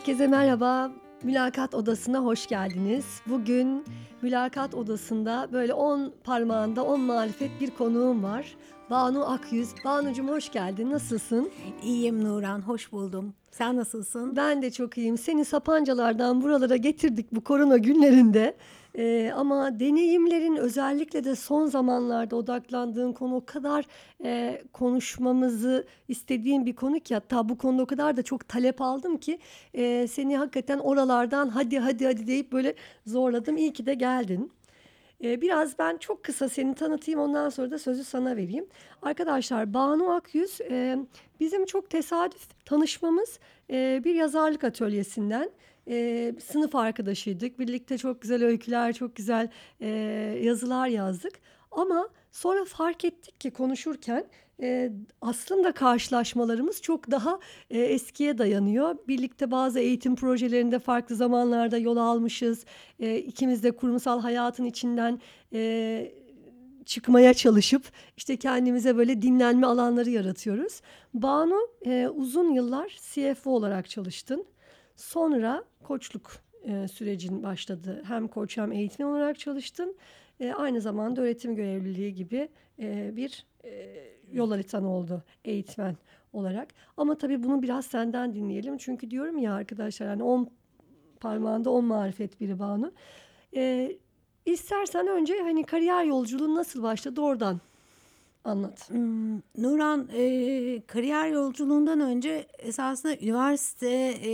Herkese merhaba. Mülakat Odası'na hoş geldiniz. Bugün Mülakat Odası'nda böyle 10 parmağında 10 marifet bir konuğum var. Banu Akyüz. Banucuğum hoş geldin. Nasılsın? İyiyim Nuran, hoş buldum. Sen nasılsın? Ben de çok iyiyim. Seni Sapancalardan buralara getirdik bu korona günlerinde. Ama deneyimlerin özellikle de son zamanlarda odaklandığın konu o kadar konuşmamızı istediğim bir konu ki hatta bu konuda o kadar da çok talep aldım ki seni hakikaten oralardan hadi hadi hadi deyip böyle zorladım. İyi ki de geldin. Biraz ben çok kısa seni tanıtayım ondan sonra da sözü sana vereyim. Arkadaşlar Banu Akyüz bizim çok tesadüf tanışmamız bir yazarlık atölyesinden. Sınıf arkadaşıydık. Birlikte çok güzel öyküler, çok güzel yazılar yazdık. Ama sonra fark ettik ki konuşurken aslında karşılaşmalarımız çok daha eskiye dayanıyor. Birlikte bazı eğitim projelerinde farklı zamanlarda yol almışız. İkimiz de kurumsal hayatın içinden çıkmaya çalışıp işte kendimize böyle dinlenme alanları yaratıyoruz. Banu uzun yıllar CFO olarak çalıştın. Sonra koçluk sürecin başladı. Hem koç hem eğitmen olarak çalıştın. Aynı zamanda öğretim görevliliği gibi bir yol haritan oldu eğitmen olarak. Ama tabii bunu biraz senden dinleyelim. Çünkü diyorum ya arkadaşlar hani 10 parmağında 10 marifet biri Banu. E, istersen önce hani kariyer yolculuğun nasıl başladı oradan anlat. Nuran, kariyer yolculuğundan önce esasında üniversite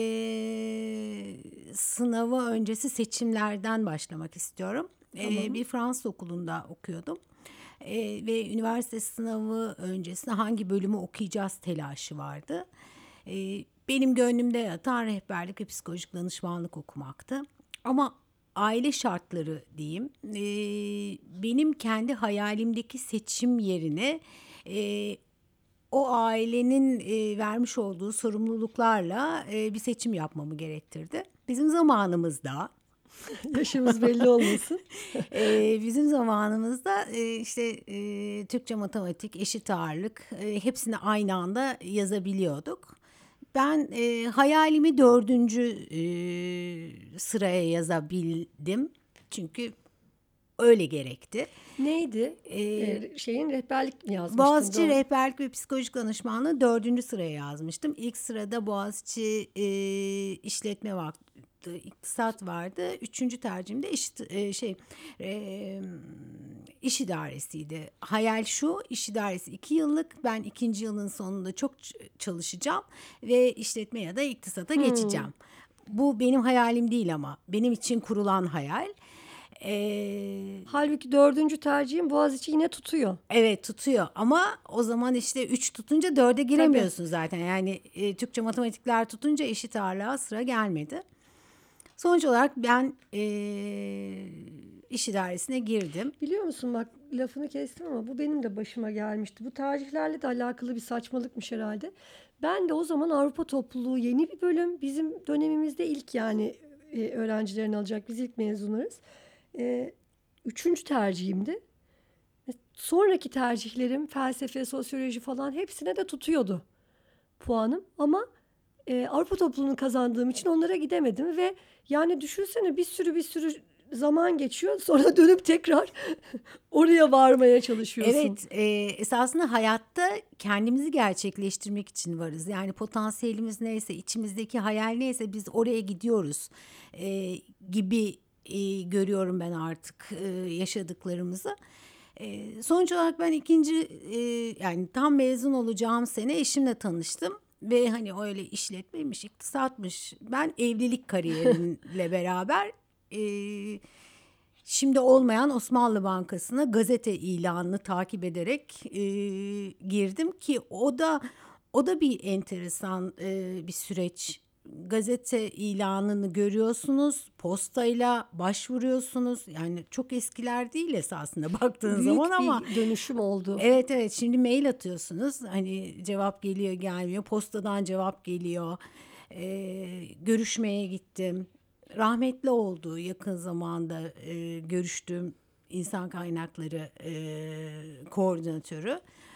sınavı öncesi seçimlerden başlamak istiyorum. Tamam. Bir Fransız okulunda okuyordum. Ve üniversite sınavı öncesinde hangi bölümü okuyacağız telaşı vardı. Benim gönlümde yatan rehberlik ve psikolojik danışmanlık okumaktı. Ama aile şartları diyeyim, benim kendi hayalimdeki seçim yerine o ailenin vermiş olduğu sorumluluklarla bir seçim yapmamı gerektirdi. Bizim zamanımızda Yaşımız belli olmasın. Bizim zamanımızda işte Türkçe, matematik, eşit ağırlık hepsini aynı anda yazabiliyorduk. Ben hayalimi 4. Sıraya yazabildim. Çünkü öyle gerekti. Neydi? Şeyin rehberlik mi yazmıştın? Boğaziçi Doğru. Rehberlik ve Psikolojik Danışmanlığı 4. sıraya yazmıştım. İlk sırada Boğaziçi işletme vardı, iktisat vardı. 3. tercihim de iş idaresiydi. Hayal şu, iş idaresi 2 yıllık. Ben 2. yılın sonunda çok çalışacağım ve işletme ya da iktisata geçeceğim. Bu benim hayalim değil ama benim için kurulan hayal. Halbuki 4. tercihim Boğaziçi yine tutuyor. Evet, tutuyor ama o zaman işte 3 tutunca 4'e Tabii. giremiyorsun zaten. Yani Türkçe matematikler tutunca eşit ağırlığa sıra gelmedi. Sonuç olarak ben iş idaresine girdim. Biliyor musun bak lafını kestim ama bu benim de başıma gelmişti. Bu tercihlerle de alakalı bir saçmalıkmış herhalde. Ben de o zaman Avrupa Topluluğu yeni bir bölüm. Bizim dönemimizde ilk yani öğrencilerin alacak. Biz ilk mezunlarız. 3. tercihimdi. Sonraki tercihlerim felsefe, sosyoloji falan hepsine de tutuyordu puanım. Ama Avrupa topluluğunu kazandığım için onlara gidemedim ve yani düşünsene bir sürü zaman geçiyor. Sonra dönüp tekrar oraya varmaya çalışıyorsun. Evet, esasında hayatta kendimizi gerçekleştirmek için varız. Yani potansiyelimiz neyse, içimizdeki hayal neyse biz oraya gidiyoruz gibi görüyorum ben artık yaşadıklarımızı. Sonuç olarak ben yani tam mezun olacağım sene eşimle tanıştım. Ve hani öyle işletmeymiş, iktisatmış. Ben evlilik kariyerimle beraber şimdi olmayan Osmanlı Bankası'na gazete ilanını takip ederek girdim ki o da bir enteresan bir süreç. Gazete ilanını görüyorsunuz, postayla başvuruyorsunuz. Yani çok eskiler değil esasında baktığın zaman Büyük ama bir dönüşüm oldu. evet, şimdi mail atıyorsunuz. Hani cevap geliyor gelmiyor. Postadan cevap geliyor. Görüşmeye gittim. Rahmetli oldu yakın zamanda görüştüğüm insan kaynakları koordinatörü.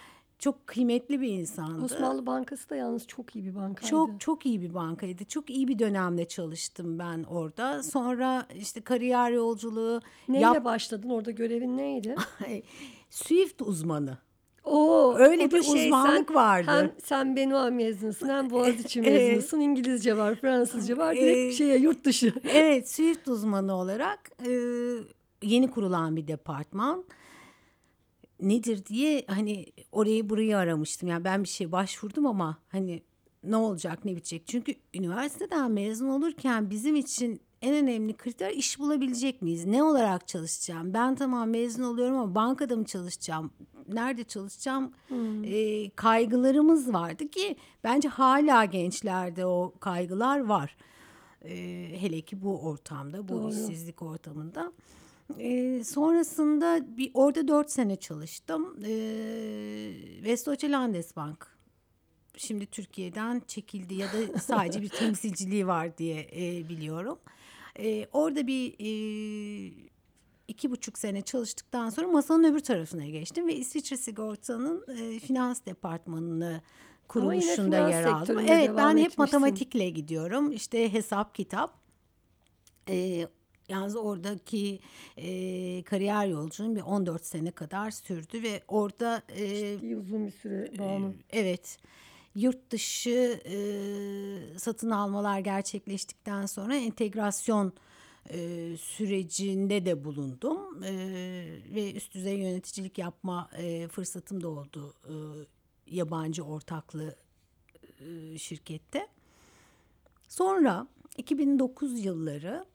çok kıymetli bir insandı. Osmanlı Bankası da yalnız çok iyi bir bankaydı. Çok çok iyi bir bankaydı. Çok iyi bir dönemde çalıştım ben orada. Sonra işte kariyer yolculuğu Neyle başladın? Orada görevin neydi? Swift uzmanı. Oo, Öyle o da bir uzmanlık vardı. hem sen Benoît mezunusun hem Boğaziçi Evet. mezunusun. İngilizce var, Fransızca var. Ee, Direkt yurt dışı. Evet, Swift uzmanı olarak yeni kurulan bir departman. Nedir diye hani orayı burayı aramıştım. Yani ben bir şeye başvurdum ama hani ne olacak ne bitecek. Çünkü üniversiteden mezun olurken bizim için en önemli kriter iş bulabilecek miyiz? Ne olarak çalışacağım? Ben tamam mezun oluyorum ama bankada mı çalışacağım? Nerede çalışacağım? Kaygılarımız vardı ki bence hala gençlerde o kaygılar var. Hele ki bu ortamda, bu Doğru. işsizlik ortamında. Sonrasında orada 4 sene çalıştım. Westdeutsche Landesbank. Şimdi Türkiye'den çekildi ya da sadece bir temsilciliği var diye biliyorum. Orada bir 2,5 sene çalıştıktan sonra masanın öbür tarafına geçtim ve İsviçre Sigorta'nın finans departmanını Ama yine kuruluşunda finans yer aldım. sektöründe Evet, devam ben hep etmişsin. matematikle gidiyorum. İşte hesap kitap. Yalnız oradaki kariyer yolculuğum bir 14 sene kadar sürdü ve orada İyi uzun bir süre Banu. evet, yurt dışı satın almalar gerçekleştikten sonra entegrasyon sürecinde de bulundum. Ve üst düzey yöneticilik yapma fırsatım da oldu yabancı ortaklı şirkette. Sonra 2009 yılları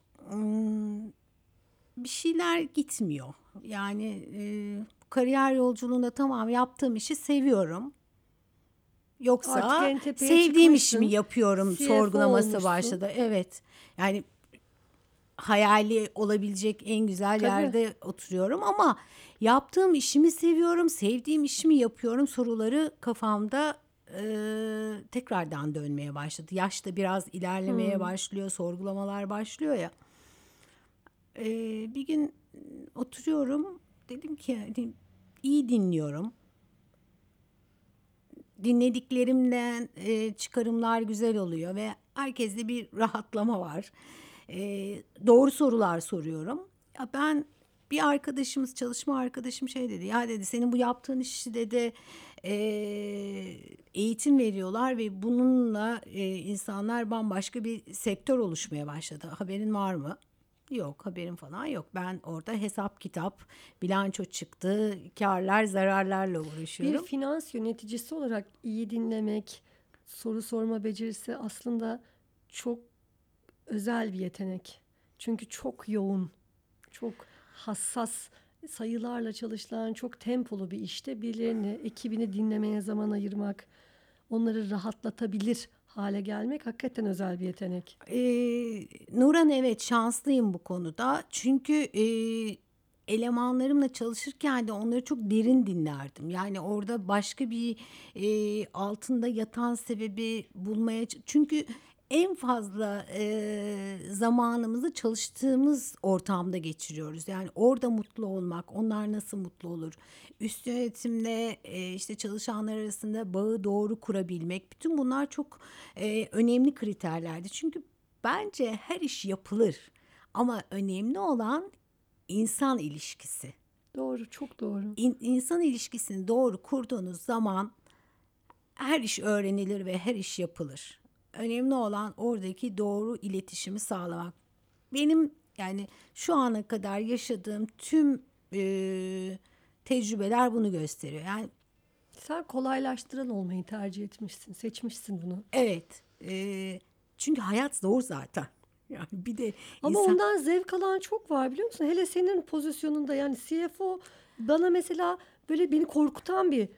bir şeyler gitmiyor. Yani kariyer yolculuğunda tamam yaptığım işi seviyorum. Yoksa Artık en tepeye sevdiğim çıkmışsın. işimi yapıyorum CFO sorgulaması olmuşsun. başladı. Evet. Yani hayali olabilecek en güzel Tabii. yerde oturuyorum ama yaptığım işimi seviyorum, sevdiğim işimi yapıyorum soruları kafamda tekrardan dönmeye başladı. Yaş da biraz ilerlemeye başlıyor, sorgulamalar başlıyor ya. Bir gün oturuyorum, dedim ki hani, iyi dinliyorum. Dinlediklerimden çıkarımlar güzel oluyor ve herkeste bir rahatlama var. Doğru sorular soruyorum. Ya ben bir arkadaşımız, çalışma arkadaşım şey dedi. Ya dedi, senin bu yaptığın işi dedi eğitim veriyorlar ve bununla insanlar bambaşka bir sektör oluşmaya başladı. Haberin var mı? Yok, haberim falan yok. Ben orada hesap kitap, bilanço çıktı, karlar zararlarla Bir uğraşıyorum. finans yöneticisi olarak iyi dinlemek, soru sorma becerisi aslında çok özel bir yetenek. Çünkü çok yoğun, çok hassas sayılarla çalışılan çok tempolu bir işte birilerini, ekibini dinlemeye zaman ayırmak, onları rahatlatabilir hale gelmek hakikaten özel bir yetenek. Nuran, evet, şanslıyım bu konuda. Çünkü elemanlarımla çalışırken de onları çok derin dinlerdim. Yani orada başka bir altında yatan sebebi bulmaya... Çünkü en fazla zamanımızı çalıştığımız ortamda geçiriyoruz. Yani orada mutlu olmak, onlar nasıl mutlu olur? Üst yönetimle işte çalışanlar arasında bağı doğru kurabilmek. Bütün bunlar çok önemli kriterlerdi. Çünkü bence her iş yapılır ama önemli olan insan ilişkisi. Doğru, çok doğru. İnsan ilişkisini doğru kurduğunuz zaman her iş öğrenilir ve her iş yapılır. Önemli olan oradaki doğru iletişimi sağlamak. Benim yani şu ana kadar yaşadığım tüm tecrübeler bunu gösteriyor. Yani Sen kolaylaştıran olmayı tercih etmişsin, seçmişsin bunu. evet, çünkü hayat zor zaten. Yani bir de Ama insan... ondan zevk alan çok var biliyor musun? Hele senin pozisyonunda yani CFO bana mesela böyle beni korkutan bir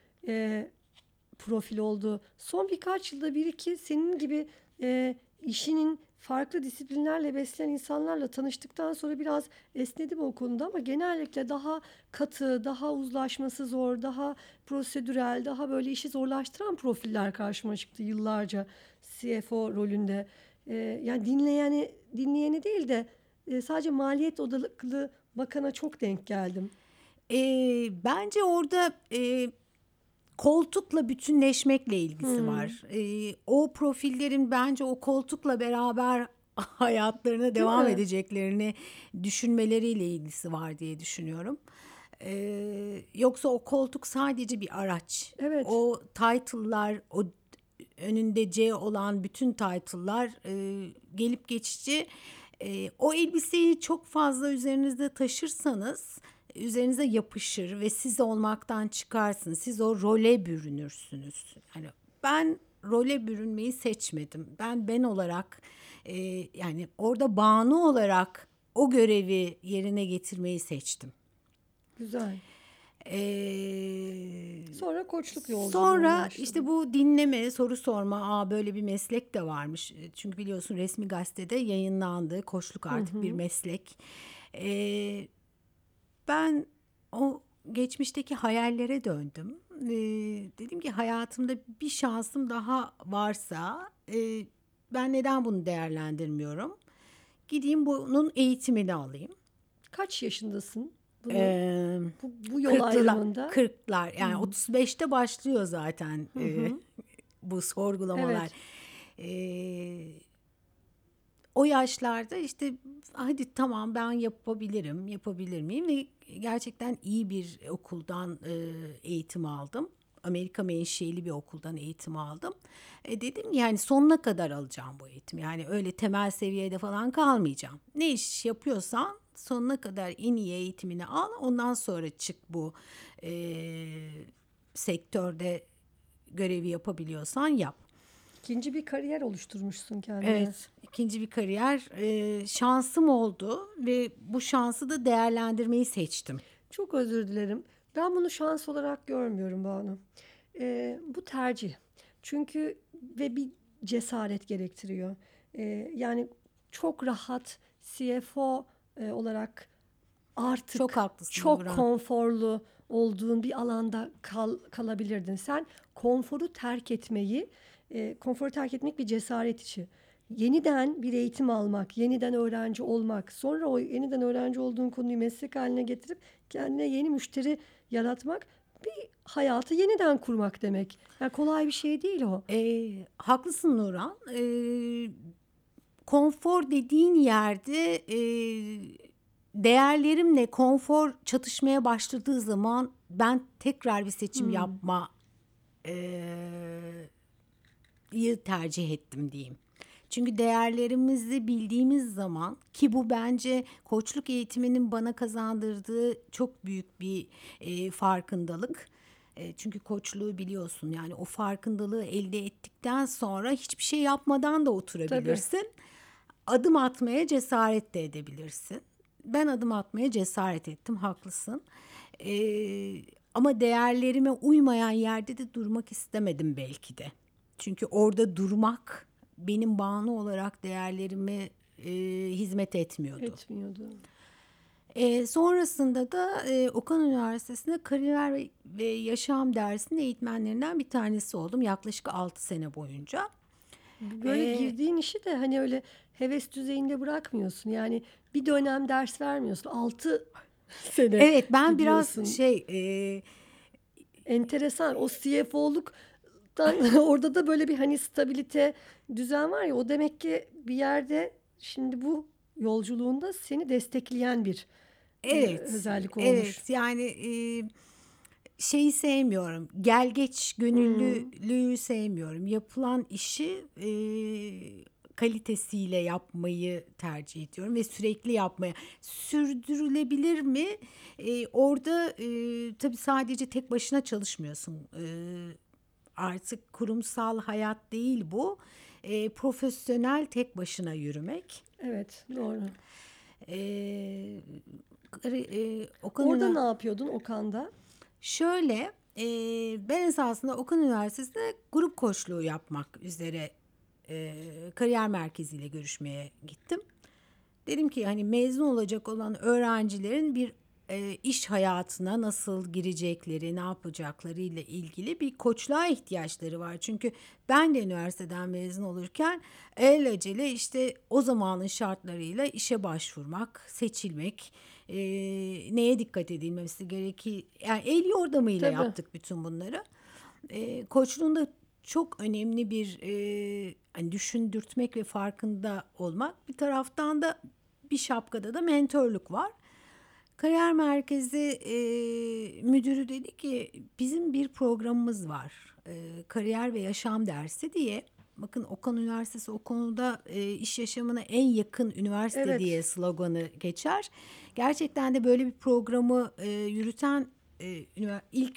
profil oldu. Son birkaç yılda bir iki senin gibi işinin farklı disiplinlerle beslenen insanlarla tanıştıktan sonra biraz esnedim o konuda ama genellikle daha katı, daha uzlaşması zor, daha prosedürel, daha böyle işi zorlaştıran profiller karşıma çıktı yıllarca CFO rolünde. Yani dinleyeni değil de sadece maliyet odaklı bakana çok denk geldim. Bence orada koltukla bütünleşmekle ilgisi Hımm. var. O profillerin bence o koltukla beraber hayatlarına Değil devam mi? edeceklerini düşünmeleriyle ilgisi var diye düşünüyorum. Yoksa o koltuk sadece bir araç. Evet. O title'lar, o önünde C olan bütün title'lar gelip geçici. O elbiseyi çok fazla üzerinizde taşırsanız üzerinize yapışır ve siz olmaktan çıkarsın. Siz o role bürünürsünüz. Yani ben role bürünmeyi seçmedim. Ben olarak yani orada Banu olarak o görevi yerine getirmeyi seçtim. Güzel. Eee, Sonra koçluk yolculuğun Sonra başladı. işte bu dinleme, soru sorma, böyle bir meslek de varmış. Çünkü biliyorsun resmi gazetede yayınlandı. Koçluk Hı artık bir hı. meslek. Eee, Ben o geçmişteki hayallere döndüm. Dedim ki hayatımda bir şansım daha varsa ben neden bunu değerlendirmiyorum? Gideyim bunun eğitimini alayım. Kaç yaşındasın bunu Eee bu yol 40'lılar, ayrımında? 40'lar yani Hımm. 35'te başlıyor zaten Hı hı. bu sorgulamalar. Evet. Eee, O yaşlarda işte hadi tamam ben yapabilirim, yapabilir miyim ve gerçekten iyi bir okuldan eğitim aldım. Amerika menşeli bir okuldan eğitim aldım. Dedim yani sonuna kadar alacağım bu eğitimi. Yani öyle temel seviyede falan kalmayacağım. Ne iş yapıyorsan sonuna kadar en iyi eğitimini al. Ondan sonra çık bu sektörde görevi yapabiliyorsan yap. İkinci bir kariyer oluşturmuşsun kendine. Evet, ikinci bir kariyer şansım oldu ve bu şansı da değerlendirmeyi seçtim. Çok özür dilerim. Ben bunu şans olarak görmüyorum Banu. Bu tercih. Çünkü ve bir cesaret gerektiriyor. Yani çok rahat CFO olarak Çok artık haklısın çok Nurhan. konforlu olduğun bir alanda kalabilirdin. Sen konforu terk etmeyi, konforu terk etmek bir cesaret işi. Yeniden bir eğitim almak, yeniden öğrenci olmak, sonra o yeniden öğrenci olduğun konuyu meslek haline getirip kendine yeni müşteri yaratmak, bir hayatı yeniden kurmak demek. Yani kolay bir şey değil o. Haklısın Nurhan. Konfor dediğin yerde değerlerimle konfor çatışmaya başladığı zaman ben tekrar bir seçim Hmm, yapma tercih ettim diyeyim. Çünkü değerlerimizi bildiğimiz zaman ki bu bence koçluk eğitiminin bana kazandırdığı çok büyük bir farkındalık. Çünkü koçluğu biliyorsun yani o farkındalığı elde ettikten sonra hiçbir şey yapmadan da tabii. oturabilirsin. Adım atmaya cesaret de edebilirsin. Ben adım atmaya cesaret ettim, haklısın. Ama değerlerime uymayan yerde de durmak istemedim belki de. Çünkü orada durmak benim bağımlı olarak değerlerime hizmet etmiyordu. Etmiyordu. Sonrasında da Okan Üniversitesi'nde kariyer ve yaşam dersinin eğitmenlerinden bir tanesi oldum yaklaşık 6 sene boyunca. Böyle E, girdiğin işi de hani öyle heves düzeyinde bırakmıyorsun. Yani bir dönem ders vermiyorsun. 6 sene evet ben biraz gidiyorsun. Enteresan. O CFO'luktan orada da böyle bir hani stabilite, düzen var ya, o demek ki bir yerde şimdi bu yolculuğunda seni destekleyen bir evet özellik olmuş. evet yani şeyi sevmiyorum. Gel geç Hmm, gönüllülüğü sevmiyorum. Yapılan işi kalitesiyle yapmayı tercih ediyorum ve sürekli yapmaya. Sürdürülebilir mi? Orada tabii sadece tek başına çalışmıyorsun. Artık kurumsal hayat değil bu. Profesyonel tek başına yürümek. evet, doğru. Ee, Okan Orada ne Üniversitesi. yapıyordun Okan'da? Şöyle, ben esasında Okan Üniversitesi'nde grup koçluğu yapmak üzere kariyer merkeziyle görüşmeye gittim. Dedim ki hani mezun olacak olan öğrencilerin bir iş hayatına nasıl girecekleri, ne yapacakları ile ilgili bir koçluğa ihtiyaçları var. Çünkü ben de üniversiteden mezun olurken alelacele işte o zamanın şartlarıyla işe başvurmak, seçilmek, neye dikkat edilmesi gerekir. Yani el yordamıyla Tabii. yaptık bütün bunları. Koçluğun da çok önemli bir hani düşündürtmek ve farkında olmak. Bir taraftan da bir şapkada da mentörlük var. Kariyer Merkezi müdürü dedi ki bizim bir programımız var. Kariyer ve yaşam dersi diye. Bakın Okan Üniversitesi o konuda iş yaşamına en yakın üniversite Evet. diye sloganı geçer. Gerçekten de böyle bir programı yürüten ilk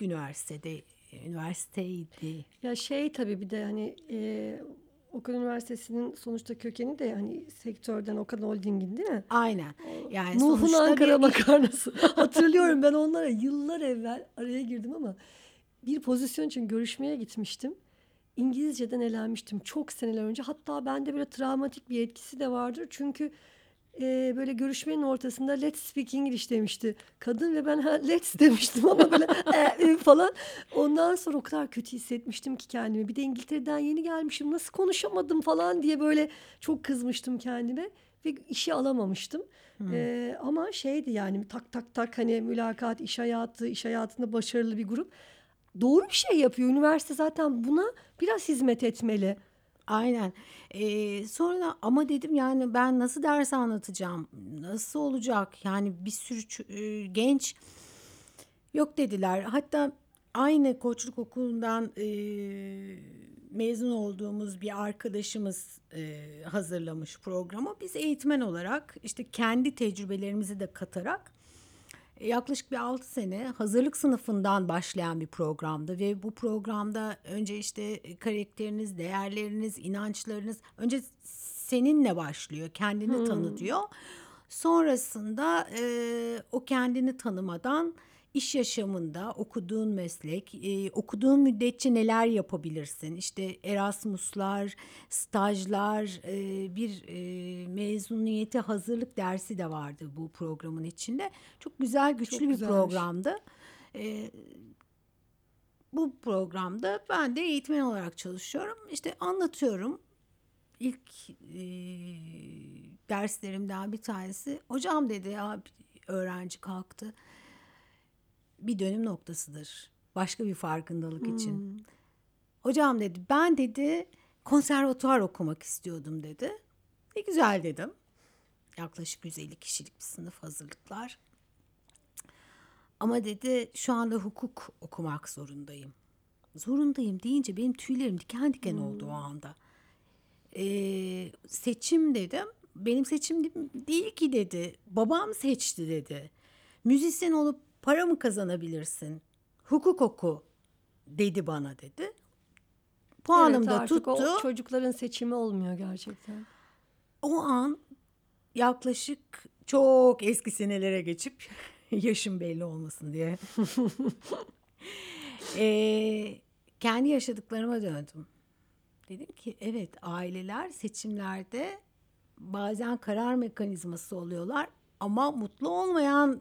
üniversiteydi. Ya şey tabii bir de hani Okan Üniversitesi'nin sonuçta kökeni de hani sektörden Okan Holding'in değil mi? Aynen. Yani Nuh'un sonuçta Ankara bir makarnası. Hatırlıyorum ben onlara yıllar evvel araya girdim ama bir pozisyon için görüşmeye gitmiştim. İngilizceden elenmiştim çok seneler önce. Hatta bende böyle travmatik bir etkisi de vardır. Çünkü böyle görüşmenin ortasında let's speak English demişti kadın ve ben let's demiştim ama böyle falan. Ondan sonra o kadar kötü hissetmiştim ki kendimi. Bir de İngiltere'den yeni gelmişim nasıl konuşamadım falan diye böyle çok kızmıştım kendime ve işi alamamıştım. Ama şeydi yani tak tak tak hani mülakat, iş hayatında başarılı bir grup. Doğru bir şey yapıyor. Üniversite zaten buna biraz hizmet etmeli. aynen. Sonra ama dedim yani ben nasıl ders anlatacağım? Nasıl olacak? Yani bir sürü genç yok dediler. Hatta aynı koçluk okulundan mezun olduğumuz bir arkadaşımız hazırlamış programı. Biz eğitmen olarak işte kendi tecrübelerimizi de katarak yaklaşık bir 6 sene hazırlık sınıfından başlayan bir programdı ve bu programda önce işte karakteriniz, değerleriniz, inançlarınız önce seninle başlıyor, kendini tanıtıyor. Sonrasında o kendini tanımadan iş yaşamında okuduğun meslek, okuduğun müddetçe neler yapabilirsin? İşte Erasmus'lar, stajlar, bir mezuniyete hazırlık dersi de vardı bu programın içinde. Çok güzel, güçlü Çok bir güzelmiş. programdı. Bu programda ben de eğitmen olarak çalışıyorum. İşte anlatıyorum. İlk derslerimden bir tanesi. Hocam dedi ya öğrenci kalktı. Bir dönüm noktasıdır. Başka bir farkındalık için. Hocam dedi ben dedi konservatuvar okumak istiyordum dedi. Ne güzel dedim. Yaklaşık 150 kişilik bir sınıf hazırlıklar. Ama dedi şu anda hukuk okumak zorundayım. Zorundayım deyince benim tüylerim diken diken oldu o anda. Seçim dedim. Benim seçim değil ki dedi. Babam seçti dedi. Müzisyen olup para mı kazanabilirsin? Hukuk oku dedi bana dedi. Evet Puanım da artık tuttu. o çocukların seçimi olmuyor gerçekten. O an yaklaşık çok eski senelere geçip yaşım belli olmasın diye kendi yaşadıklarıma döndüm. Dedim ki evet aileler seçimlerde bazen karar mekanizması oluyorlar ama mutlu olmayan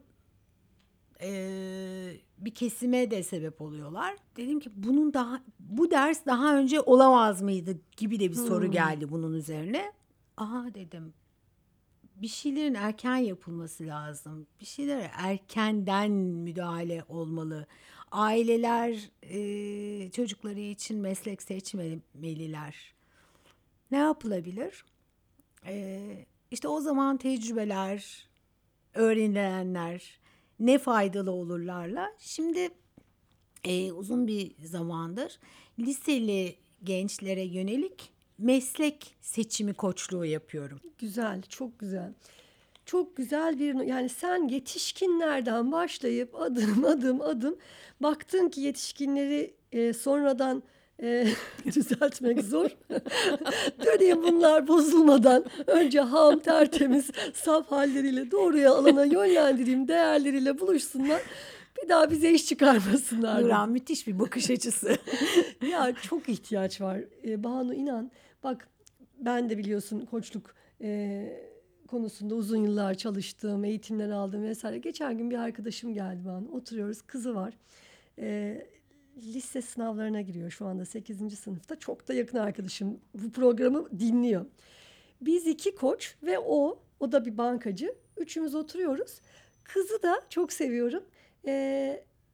bir kesime de sebep oluyorlar. Dedim ki bu ders daha önce olamaz mıydı gibi de bir soru geldi bunun üzerine. Aha dedim bir şeylerin erken yapılması lazım. Bir şeylere erkenden müdahale olmalı. Aileler çocukları için meslek seçmemeliler. Ne yapılabilir? İşte o zaman tecrübeler, öğrenilenler ne faydalı olurlarla. Şimdi uzun bir zamandır liseli gençlere yönelik meslek seçimi koçluğu yapıyorum. Güzel, çok güzel. Çok güzel bir yani sen yetişkinlerden başlayıp adım adım adım baktın ki yetişkinleri sonradan düzeltmek zor. Döneyim bunlar bozulmadan önce ham tertemiz saf halleriyle doğruya alana yönlendireyim değerleriyle buluşsunlar. Bir daha bize iş çıkarmasınlar Nurhan dedim. müthiş bir bakış açısı. Ya çok ihtiyaç var. Banu inan bak ben de biliyorsun koçluk konusunda uzun yıllar çalıştım, eğitimler aldım vesaire. Geçen gün bir arkadaşım geldi bana. Oturuyoruz, kızı var. E, Lise sınavlarına giriyor şu anda 8. sınıfta. Çok da yakın arkadaşım. Bu programı dinliyor. Biz iki koç ve o da bir bankacı. Üçümüz oturuyoruz. Kızı da çok seviyorum.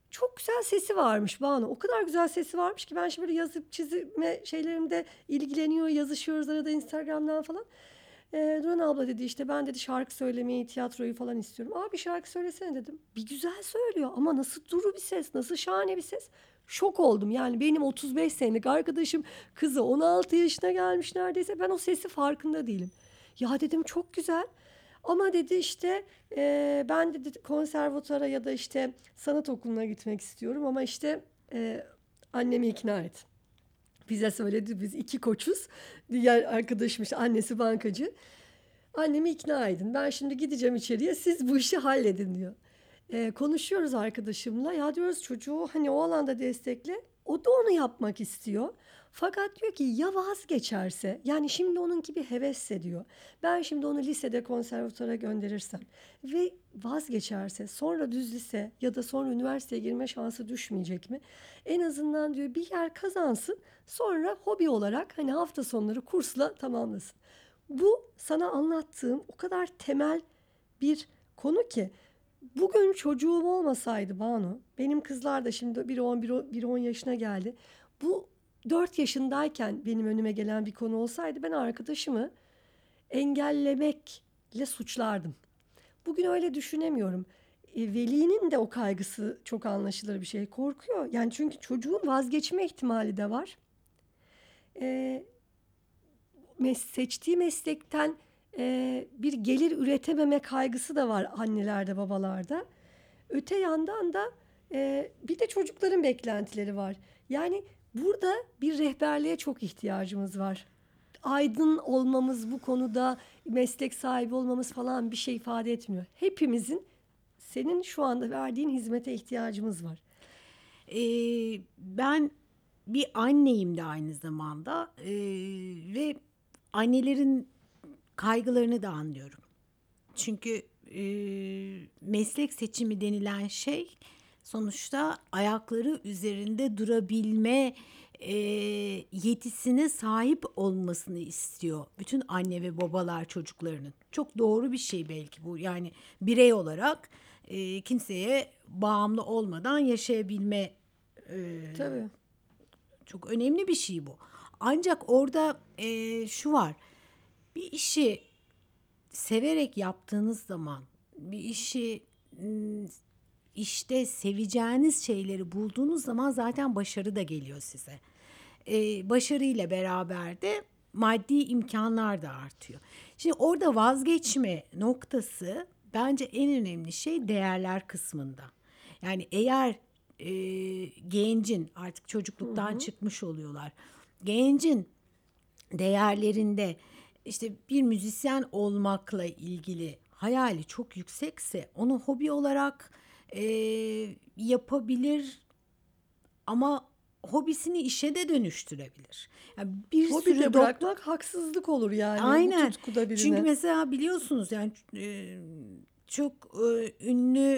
Çok güzel sesi varmış Banu. O kadar güzel sesi varmış ki ben şimdi böyle yazıp çizme şeylerimde ilgileniyor, yazışıyoruz arada Instagram'dan falan. Duran abla dedi işte ben dedi şarkı söylemeyi, tiyatroyu falan istiyorum. Abi şarkı söylesene dedim. Bir güzel söylüyor ama nasıl duru bir ses, nasıl şahane bir ses. Şok oldum. Yani benim 35 senelik arkadaşım kızı 16 yaşına gelmiş neredeyse. Ben o sesi farkında değilim. Ya dedim çok güzel. Ama dedi işte ben dedi konservatuvara ya da işte sanat okuluna gitmek istiyorum ama işte annemi ikna et. Bize söyledi biz 2 koçuz. Diğer arkadaşım işte annesi bankacı. Annemi ikna edin. Ben şimdi gideceğim içeriye siz bu işi halledin diyor. Konuşuyoruz arkadaşımla. Ya diyoruz çocuğu hani o alanda destekle. O da onu yapmak istiyor. Fakat diyor ki ya vazgeçerse yani şimdi onunki bir hevesse diyor. Ben şimdi onu lisede konservatuvara gönderirsem ve vazgeçerse sonra düz lise ya da sonra üniversiteye girme şansı düşmeyecek mi? En azından diyor bir yer kazansın sonra hobi olarak hani hafta sonları kursla tamamlasın. Bu sana anlattığım o kadar temel bir konu ki bugün çocuğum olmasaydı Banu, benim kızlar da şimdi biri 10, biri 10 yaşına geldi. Bu 4 yaşındayken benim önüme gelen bir konu olsaydı ben arkadaşımı engellemekle suçlardım. Bugün öyle düşünemiyorum. Velinin de o kaygısı çok anlaşılır bir şey. Korkuyor. Yani çünkü çocuğun vazgeçme ihtimali de var. E, Seçtiği meslekten bir gelir üretememe kaygısı da var annelerde, babalarda. Öte yandan da bir de çocukların beklentileri var. Yani burada bir rehberliğe çok ihtiyacımız var. Aydın olmamız bu konuda, meslek sahibi olmamız falan bir şey ifade etmiyor. Hepimizin senin şu anda verdiğin hizmete ihtiyacımız var. Ben bir anneyim de aynı zamanda ve annelerin kaygılarını da anlıyorum. Çünkü meslek seçimi denilen şey sonuçta ayakları üzerinde durabilme yetisine sahip olmasını istiyor. Bütün anne ve babalar çocuklarının. Çok doğru bir şey belki bu. Yani birey olarak kimseye bağımlı olmadan yaşayabilme Tabii. çok önemli bir şey bu. Ancak orada şu var. Bir işi severek yaptığınız zaman bir işi işte seveceğiniz şeyleri bulduğunuz zaman zaten başarı da geliyor size. Başarıyla beraber de maddi imkanlar da artıyor. Şimdi orada vazgeçme noktası bence en önemli şey değerler kısmında. Yani eğer gencin artık çocukluktan çıkmış oluyorlar. Gencin değerlerinde işte bir müzisyen olmakla ilgili hayali çok yüksekse onu hobi olarak yapabilir ama hobisini işe de dönüştürebilir. Yani bir Hobi sürü de bırakmak haksızlık olur yani bu aynen. tutkuda Çünkü birine. mesela biliyorsunuz yani çok ünlü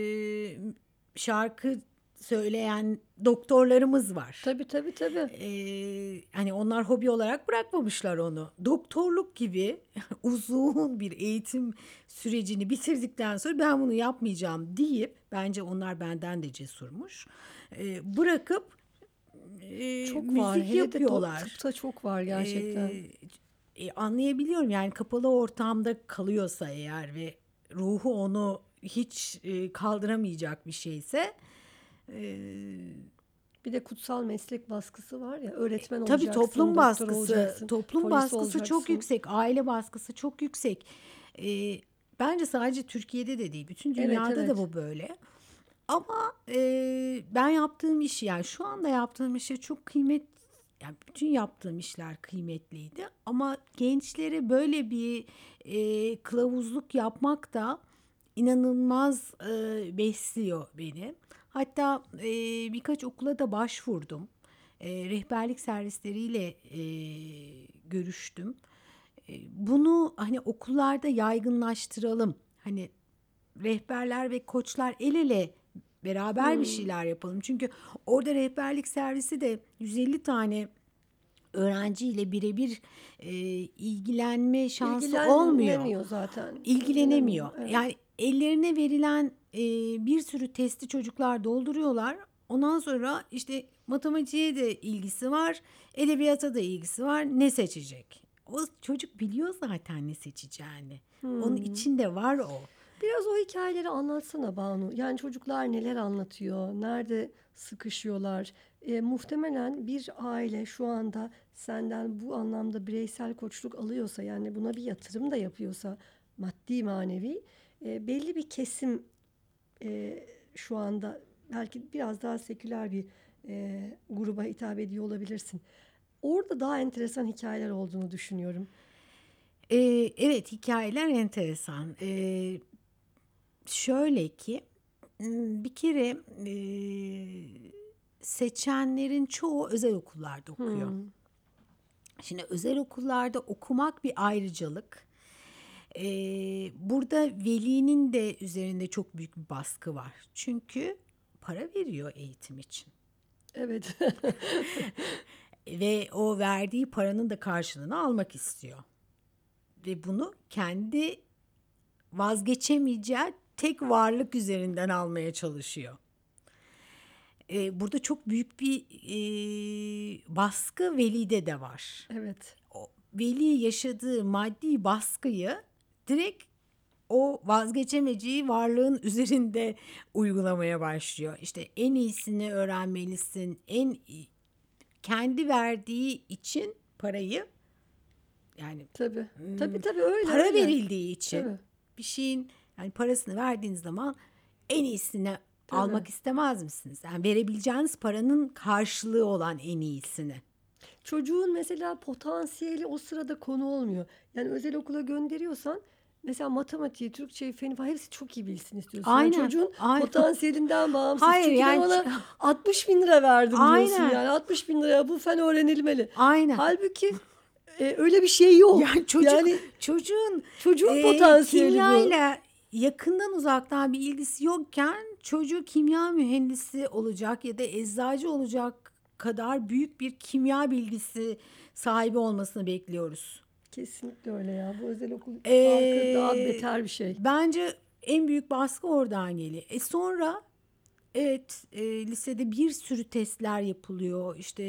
şarkı söyleyen doktorlarımız var. Tabii tabii tabii. Hani onlar hobi olarak bırakmamışlar onu. Doktorluk gibi uzun bir eğitim sürecini bitirdikten sonra ben bunu yapmayacağım deyip bence onlar benden de cesurmuş. Bırakıp Çok var. müzik Hele de yapıyorlar. tıpta çok var gerçekten. Anlayabiliyorum yani kapalı ortamda kalıyorsa eğer ve ruhu onu hiç kaldıramayacak bir şeyse Bir de kutsal meslek baskısı var ya. Öğretmen tabii olacaksın, doktor olacaksın, toplum polis baskısı çok olacaksın. yüksek, aile baskısı çok yüksek. Bence sadece Türkiye'de de değil, bütün Evet dünyada da evet. bu böyle. Ama ben yaptığım işi yani şu anda yaptığım işe çok yani bütün yaptığım işler kıymetliydi. Ama gençlere böyle bir kılavuzluk yapmak da inanılmaz besliyor beni. Hatta birkaç okula da başvurdum. Rehberlik servisleriyle görüştüm. Bunu hani okullarda yaygınlaştıralım. Hani rehberler ve koçlar el ele beraber bir Hmm. şeyler yapalım. Çünkü orada rehberlik servisi de 150 tane öğrenciyle birebir ilgilenme şansı olmuyor. İlgilenemiyor zaten. İlgilenemiyor. İlgilenemiyor. Evet. Yani ellerine verilen bir sürü testi çocuklar dolduruyorlar. Ondan sonra işte matematiğe de ilgisi var, edebiyata da ilgisi var. Ne seçecek? O çocuk biliyor zaten ne seçeceğini. Onun Hmm. içinde var o. Biraz o hikayeleri anlatsana Banu. Yani çocuklar neler anlatıyor, nerede sıkışıyorlar. Muhtemelen bir aile şu anda senden bu anlamda bireysel koçluk alıyorsa, yani buna bir yatırım da yapıyorsa, maddi manevi, belli bir kesim şu anda belki biraz daha seküler bir gruba hitap ediyor olabilirsin. Orada daha enteresan hikayeler olduğunu düşünüyorum. Evet, hikayeler enteresan. Şöyle ki bir kere seçenlerin çoğu özel okullarda okuyor. Hmm, Şimdi özel okullarda okumak bir ayrıcalık. Burada velinin de üzerinde çok büyük bir baskı var. Çünkü para veriyor eğitim için. evet. Ve o verdiği paranın da karşılığını almak istiyor. Ve bunu kendi vazgeçemeyeceği tek varlık üzerinden almaya çalışıyor. Burada çok büyük bir baskı velide de var. Evet. O veli yaşadığı maddi baskıyı direkt o vazgeçemeyeceği varlığın üzerinde uygulamaya başlıyor. İşte en iyisini öğrenmelisin. Kendi verdiği için parayı, yani Tabii. Tabii öyle para öyle. verildiği için Tabii. bir şeyin, yani parasını verdiğiniz zaman en iyisini Tabii. almak istemez misiniz? Yani verebileceğiniz paranın karşılığı olan en iyisini. Çocuğun mesela potansiyeli o sırada konu olmuyor. Yani özel okula gönderiyorsan mesela matematiği, Türkçeyi, feni falan hepsi çok iyi bilsin istiyorsun. Yani Aynen, çocuğun aynen. potansiyelinden bağımsız. Hayır Çünkü ben yani ona 60 bin lira verdim diyorsun, aynen, yani 60 bin liraya bu fen öğrenilmeli. aynen. Halbuki öyle bir şey yok. Yani Yani çocuğun çocuğun potansiyeli bu. kimyayla yakından uzaktan bir ilgisi yokken çocuğu kimya mühendisi olacak ya da eczacı olacak kadar büyük bir kimya bilgisi sahibi olmasını bekliyoruz. Kesinlikle öyle ya. Bu özel okul farkı daha Ee, beter bir şey. Bence en büyük baskı oradan geliyor. Sonra evet, lisede bir sürü testler yapılıyor. İşte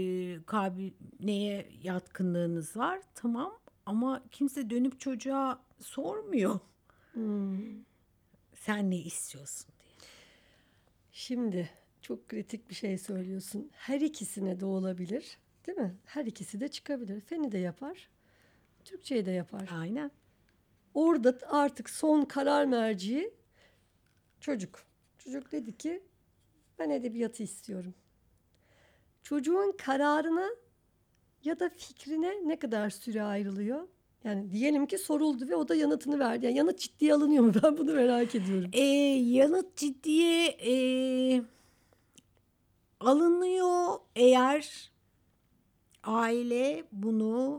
neye yatkınlığınız var, tamam, ama kimse dönüp çocuğa sormuyor. Hmm. Sen ne istiyorsun diye. Şimdi çok kritik bir şey söylüyorsun. Her ikisine de olabilir, değil mi? Her ikisi de çıkabilir. Feni de yapar, Türkçeyi de yapar. Aynen. Orada artık son karar merci çocuk. Çocuk dedi ki ben edebiyatı istiyorum. Çocuğun kararına ya da fikrine ne kadar süre ayrılıyor? Yani diyelim ki soruldu ve o da yanıtını verdi. Yani yanıt ciddiye alınıyor mu? Ben bunu merak ediyorum. Yanıt ciddiye alınıyor eğer aile bunu,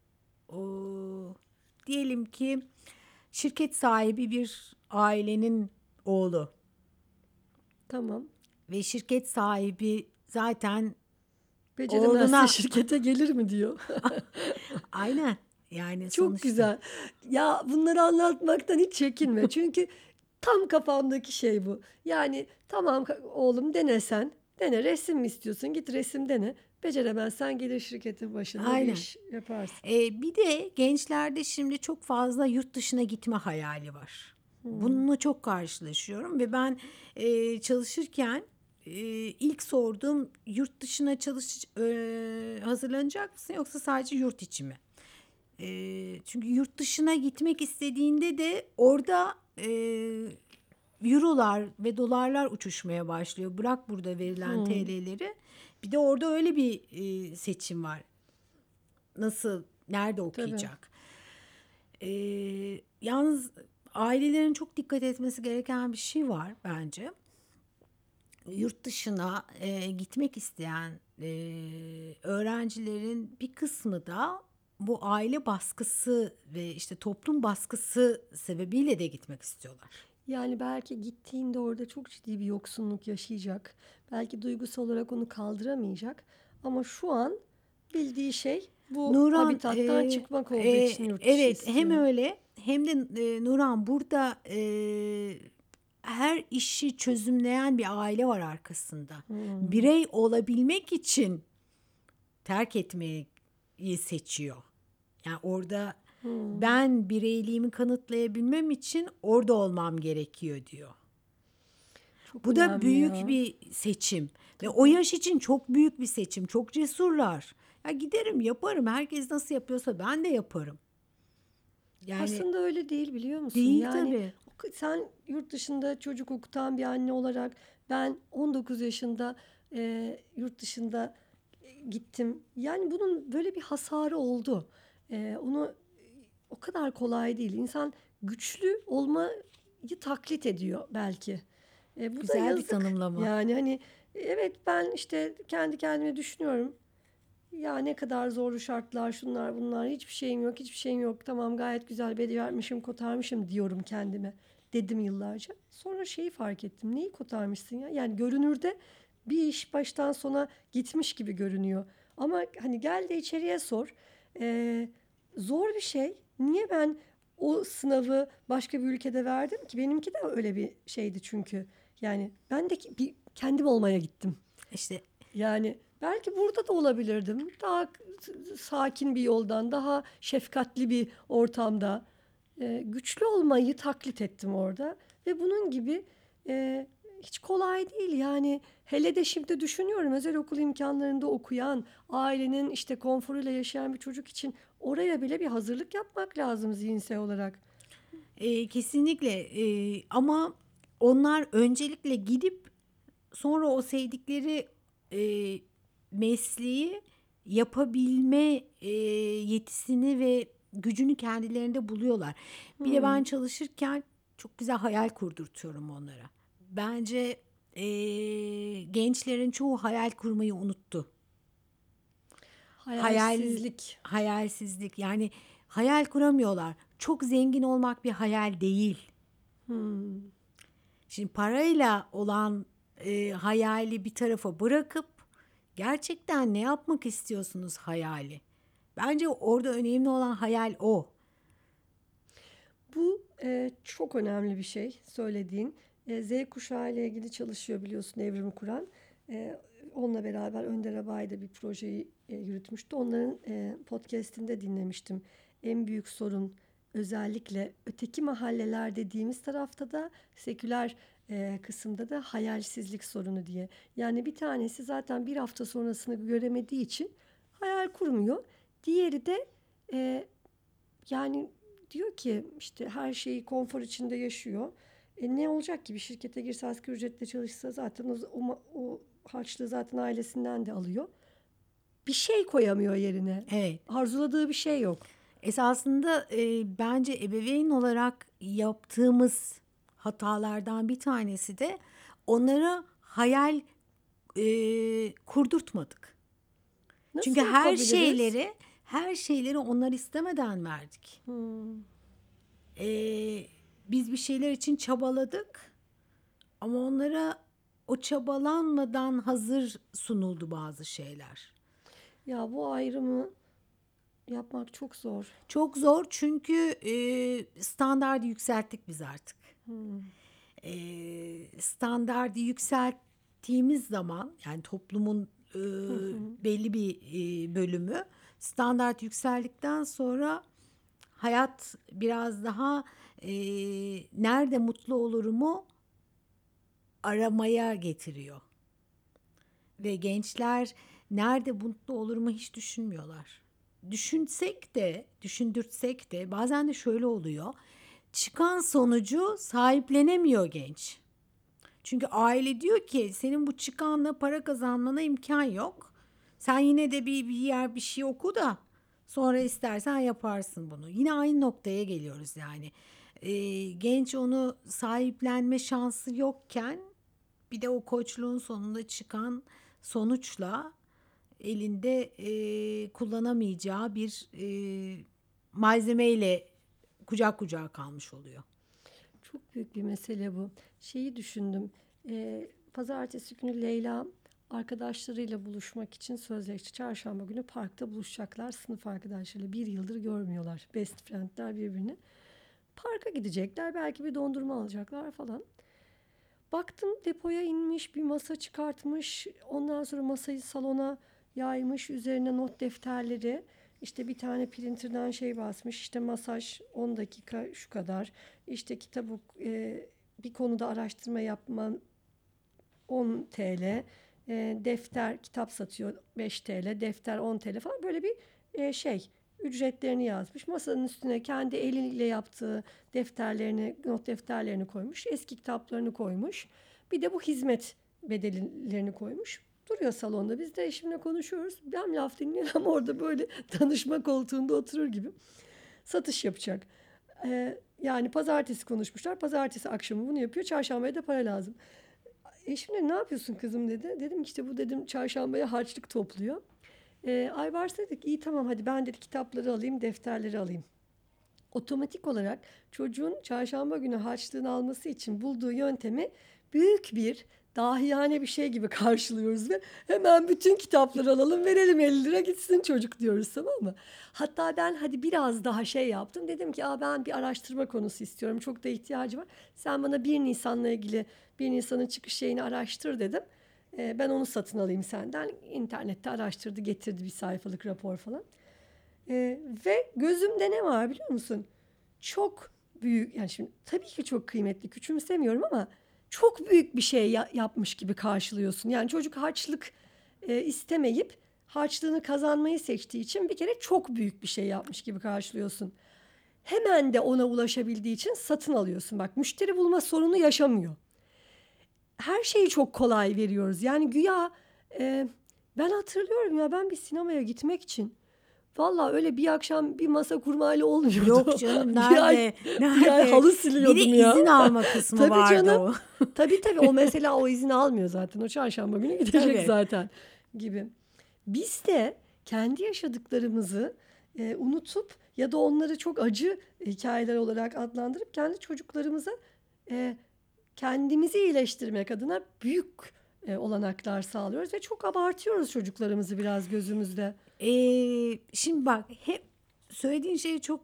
diyelim ki şirket sahibi bir ailenin oğlu Tamam. ve şirket sahibi zaten Beceremezse oğluna şirkete gelir mi diyor. aynen, yani Çok sonuçta güzel. Ya bunları anlatmaktan hiç çekinme. Çünkü tam kafamdaki şey bu. Yani tamam oğlum, dene sen. Dene, resim mi istiyorsun? Git resim dene. Beceremezsen gelir şirketin başında bir aynen. iş yaparsın. Bir de gençlerde şimdi çok fazla yurt dışına gitme hayali var. Bununla çok karşılaşıyorum ve ben çalışırken ilk sorduğum, yurt dışına hazırlanacak mısın yoksa sadece yurt içi mi? Çünkü yurt dışına gitmek istediğinde de orada eurolar ve dolarlar uçuşmaya başlıyor. Bırak burada verilen Hmm, TL'leri. Bir de orada öyle bir seçim var. Nasıl, nerede tabii. okuyacak? Yalnız ailelerin çok dikkat etmesi gereken bir şey var bence. Yurt dışına gitmek isteyen öğrencilerin bir kısmı da bu aile baskısı ve işte toplum baskısı sebebiyle de gitmek istiyorlar. Yani belki gittiğinde orada çok ciddi bir yoksunluk yaşayacak. Belki duygusal olarak onu kaldıramayacak. Ama şu an bildiği şey bu Nuran, habitattan çıkmak olduğu için yurt dışı evet, hem istiyor. öyle hem de Nuran burada her işi çözümleyen bir aile var arkasında. Hmm. Birey olabilmek için terk etmeyi seçiyor. Yani orada ben bireyliğimi kanıtlayabilmem için orada olmam gerekiyor diyor. Çok Bu da önemli büyük ya. bir seçim. Ve o yaş için çok büyük bir seçim. Çok cesurlar. Ya giderim yaparım. Herkes nasıl yapıyorsa ben de yaparım. Yani Aslında öyle değil biliyor musun? değil Yani tabii. sen yurt dışında çocuk okutan bir anne olarak ben 19 yaşında yurt dışında gittim. Yani bunun böyle bir hasarı oldu. Onu o kadar kolay değil. İnsan güçlü olmayı taklit ediyor belki. Bu da Güzel bir yazık. tanımlama. Yani hani evet ben işte kendi kendime düşünüyorum. Ya ne kadar zorlu şartlar şunlar bunlar hiçbir şeyim yok hiçbir şeyim yok tamam gayet güzel becerivermişim kotarmışım diyorum kendime dedim yıllarca. Sonra şeyi fark ettim neyi kotarmışsın ya yani görünürde bir iş baştan sona gitmiş gibi görünüyor ama hani gel de içeriye sor. Ee, Zor bir şey niye ben o sınavı başka bir ülkede verdim ki benimki de öyle bir şeydi çünkü yani ben de bir kendim olmaya gittim. İşte Yani belki burada da olabilirdim. Daha sakin bir yoldan, daha şefkatli bir ortamda güçlü olmayı taklit ettim orada. Ve bunun gibi hiç kolay değil. Yani hele de şimdi düşünüyorum özel okul imkanlarında okuyan, ailenin işte konforuyla yaşayan bir çocuk için oraya bile bir hazırlık yapmak lazım zihinsel olarak. kesinlikle ama onlar öncelikle gidip sonra o sevdikleri e, mesleği yapabilme yetisini ve gücünü kendilerinde buluyorlar. Bir de ben Hmm. çalışırken çok güzel hayal kurdurtuyorum onlara. Bence gençlerin çoğu hayal kurmayı unuttu. Hayal, Hayalsizlik. hayalsizlik yani hayal kuramıyorlar. Çok zengin olmak bir hayal değil. Hmm. Şimdi parayla olan hayali bir tarafa bırakıp gerçekten ne yapmak istiyorsunuz hayali. Bence orada önemli olan hayal o. Bu çok önemli bir şey söylediğin. Z kuşağı ile ilgili çalışıyor biliyorsun Evrim Kur'an. Onunla beraber Önder Abay da bir projeyi yürütmüştü. Onların podcast'inde dinlemiştim. En büyük sorun özellikle öteki mahalleler dediğimiz tarafta da seküler kısımda da hayalsizlik sorunu diye. Yani bir tanesi zaten bir hafta sonrasını göremediği için hayal kurmuyor. Diğeri de e, yani diyor ki işte her şeyi konfor içinde yaşıyor. Ne olacak ki bir şirkete girse asgari ücretle çalışsa zaten o harçlığı zaten ailesinden de alıyor. Bir şey koyamıyor yerine. Evet. Arzuladığı bir şey yok. Esasında bence ebeveyn olarak yaptığımız hatalardan bir tanesi de onlara hayal kurdurtmadık. Nasıl Çünkü her yapabiliriz? şeyleri her şeyleri onlar istemeden verdik. Hmm. Ee, biz bir şeyler için çabaladık ama onlara o çabalanmadan hazır sunuldu bazı şeyler. Ya bu ayrımı yapmak çok zor. Çok zor çünkü standardı yükselttik biz artık. Hmm. Standardı yükselttiğimiz zaman yani toplumun Hı hı. belli bir bölümü standart yükseldikten sonra hayat biraz daha nerede mutlu olurumu aramaya getiriyor. Ve gençler nerede mutlu olurumu hiç düşünmüyorlar. Düşünsek de, düşündürtsek de bazen de şöyle oluyor. Çıkan sonucu sahiplenemiyor genç. Çünkü aile diyor ki senin bu çıkanla para kazanmana imkan yok. Sen yine de bir yer bir şey oku da sonra istersen yaparsın bunu. Yine aynı noktaya geliyoruz yani. Genç onu sahiplenme şansı yokken bir de o koçluğun sonunda çıkan sonuçla elinde kullanamayacağı bir malzemeyle kucak kucağa kalmış oluyor. Çok büyük bir mesele bu. Şeyi düşündüm. Pazartesi günü Leyla arkadaşlarıyla buluşmak için sözleşti. Çarşamba günü parkta buluşacaklar. Sınıf arkadaşlarıyla bir yıldır görmüyorlar. Best friendler birbirini. Parka gidecekler. Belki bir dondurma alacaklar falan. Baktım depoya inmiş, bir masa çıkartmış. Ondan sonra masayı salona yaymış. Üzerine not defterleri. İşte bir tane printer'dan şey basmış. İşte masaj 10 dakika şu kadar. İşte kitabı bir konuda araştırma yapma 10 TL. Defter, kitap satıyor 5 TL. Defter 10 TL falan. Böyle bir ücretlerini yazmış. Masanın üstüne kendi eliyle yaptığı defterlerini, not defterlerini koymuş. Eski kitaplarını koymuş. Bir de bu hizmet bedellerini koymuş. Duruyor salonda. Biz de eşimle konuşuyoruz. Ben laf dinliyorum, orada böyle danışma koltuğunda oturur gibi. Satış yapacak. Yani pazartesi konuşmuşlar. Pazartesi akşamı bunu yapıyor. Çarşambaya da para lazım. Eşim de ne yapıyorsun kızım dedi. Dedim ki işte bu dedim çarşambaya harçlık topluyor. Aybars dedik iyi tamam hadi ben dedi kitapları alayım, defterleri alayım. Otomatik olarak çocuğun çarşamba günü harçlığını alması için bulduğu yöntemi büyük bir dahiyane bir şey gibi karşılıyoruz ve hemen bütün kitapları alalım, verelim 50 lira gitsin çocuk diyoruz, tamam mı? Hatta ben hadi biraz daha şey yaptım, dedim ki ben bir araştırma konusu istiyorum, çok da ihtiyacı var. Sen bana 1 Nisan'la ilgili 1 Nisan'ın çıkış şeyini araştır dedim. Ben onu satın alayım senden. İnternette araştırdı, getirdi bir sayfalık rapor falan. Ve gözümde ne var biliyor musun? Çok büyük, yani şimdi tabii ki çok kıymetli, küçümsemiyorum ama çok büyük bir şey yapmış gibi karşılıyorsun. Yani çocuk harçlık istemeyip harçlığını kazanmayı seçtiği için bir kere çok büyük bir şey yapmış gibi karşılıyorsun. Hemen de ona ulaşabildiği için satın alıyorsun. Bak, müşteri bulma sorunu yaşamıyor. Her şeyi çok kolay veriyoruz. Yani güya ben hatırlıyorum ya, ben bir sinemaya gitmek için vallahi öyle bir akşam bir masa kurmayla olmuyordu. Yok canım, Bir ay, nerede? bir ay Nerede? halı Bir de siliyordum ya. izin alma kısmı Tabii vardı canım. o. Tabii o mesela o izni almıyor zaten. O çarşamba günü gidecek Tabii. zaten gibi. Biz de kendi yaşadıklarımızı unutup ya da onları çok acı hikayeler olarak adlandırıp kendi çocuklarımıza e, kendimizi iyileştirmek adına büyük olanaklar sağlıyoruz ve çok abartıyoruz çocuklarımızı biraz gözümüzde. Şimdi bak, hep söylediğin şey çok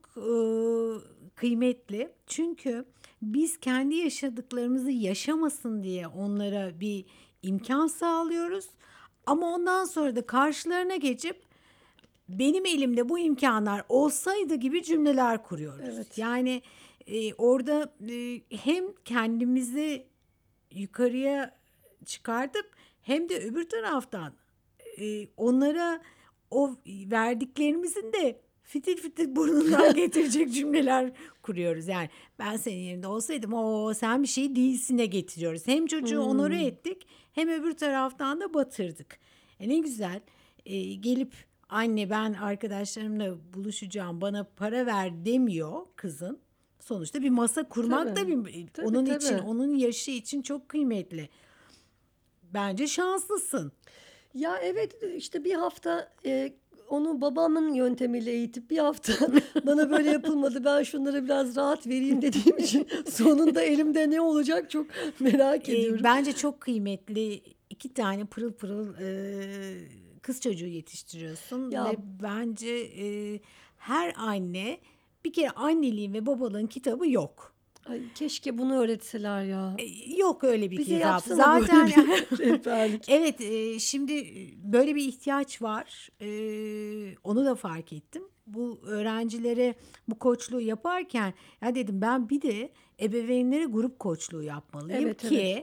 kıymetli. Çünkü biz kendi yaşadıklarımızı yaşamasın diye onlara bir imkan sağlıyoruz. Ama ondan sonra da karşılarına geçip benim elimde bu imkanlar olsaydı gibi cümleler kuruyoruz. Evet. Yani orada hem kendimizi yukarıya çıkartıp hem de öbür taraftan onlara o verdiklerimizin de fitil fitil burnundan getirecek cümleler kuruyoruz. Yani ben senin yerinde olsaydım o sen bir şey değilsine getiriyoruz. Hem çocuğu onore ettik hem öbür taraftan da batırdık. Ne güzel gelip anne ben arkadaşlarımla buluşacağım bana para ver demiyor kızın. Sonuçta bir masa kurmak da Tabii, onun tabii. için, onun yaşı için çok kıymetli. Bence şanslısın. Ya evet, işte bir hafta onu babamın yöntemiyle eğitip bir hafta bana böyle yapılmadı, ben şunlara biraz rahat vereyim dediğim için sonunda elimde ne olacak çok merak ediyorum. Bence çok kıymetli 2 tane pırıl pırıl kız çocuğu yetiştiriyorsun Ya ve bence her anne bir kere anneliğin ve babalığın kitabı yok. ay, keşke bunu öğretseler ya. Yok öyle bir Bize kitap. yapsana Zaten böyle bir rehberlik. evet, şimdi böyle bir ihtiyaç var. Onu da fark ettim. Bu öğrencilere bu koçluğu yaparken ya dedim ben bir de ebeveynlere grup koçluğu yapmalıyım Evet, ki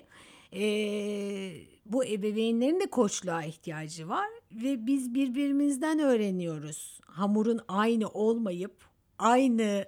bu ebeveynlerin de koçluğa ihtiyacı var ve biz birbirimizden öğreniyoruz. Hamurun aynı olmayıp aynı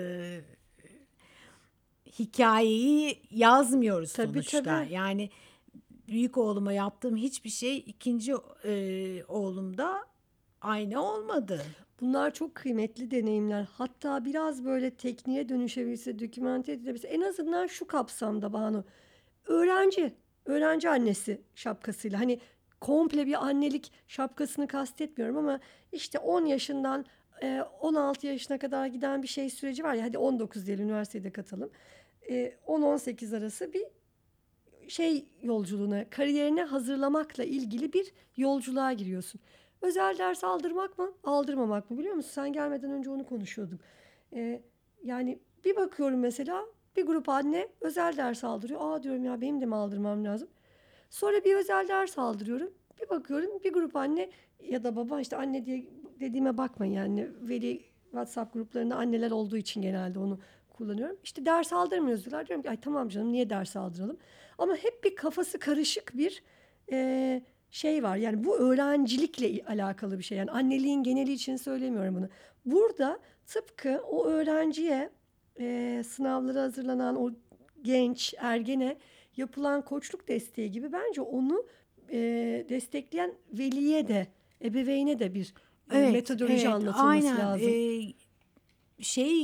hikayeyi yazmıyoruz Tabii, sonuçta. tabii. Yani büyük oğluma yaptığım hiçbir şey ikinci oğlumda aynı olmadı. Bunlar çok kıymetli deneyimler. Hatta biraz böyle tekniğe dönüşebilse, dokümante edilebilse, en azından şu kapsamda Banu. Öğrenci annesi şapkasıyla. Hani komple bir annelik şapkasını kastetmiyorum ama işte 10 yaşından 16 yaşına kadar giden bir şey süreci var ya. Hadi 19 diyelim, üniversitede katalım. 10-18 arası bir şey yolculuğuna, kariyerine hazırlamakla ilgili bir yolculuğa giriyorsun. Özel ders aldırmak mı, aldırmamak mı, biliyor musun? Sen gelmeden önce onu konuşuyorduk. Yani bir bakıyorum mesela Bir grup anne özel ders aldırıyor. Aa diyorum ya benim de mi aldırmam lazım? Sonra bir özel ders aldırıyorum. Bir bakıyorum bir grup anne ya da baba işte anne diye dediğime bakmayın yani veli WhatsApp gruplarında anneler olduğu için genelde onu kullanıyorum. İşte ders aldırmıyoruz diyorlar. Diyorum ki ay tamam canım niye ders aldıralım? Ama hep bir kafası karışık bir şey var. Yani bu öğrencilikle alakalı bir şey. Yani anneliğin geneli için söylemiyorum bunu. Burada tıpkı o öğrenciye sınavlara hazırlanan o genç ergene yapılan koçluk desteği gibi bence onu destekleyen veliye de ebeveyne de bir Evet, metodoloji evet, anlatılması aynen. lazım. Şey,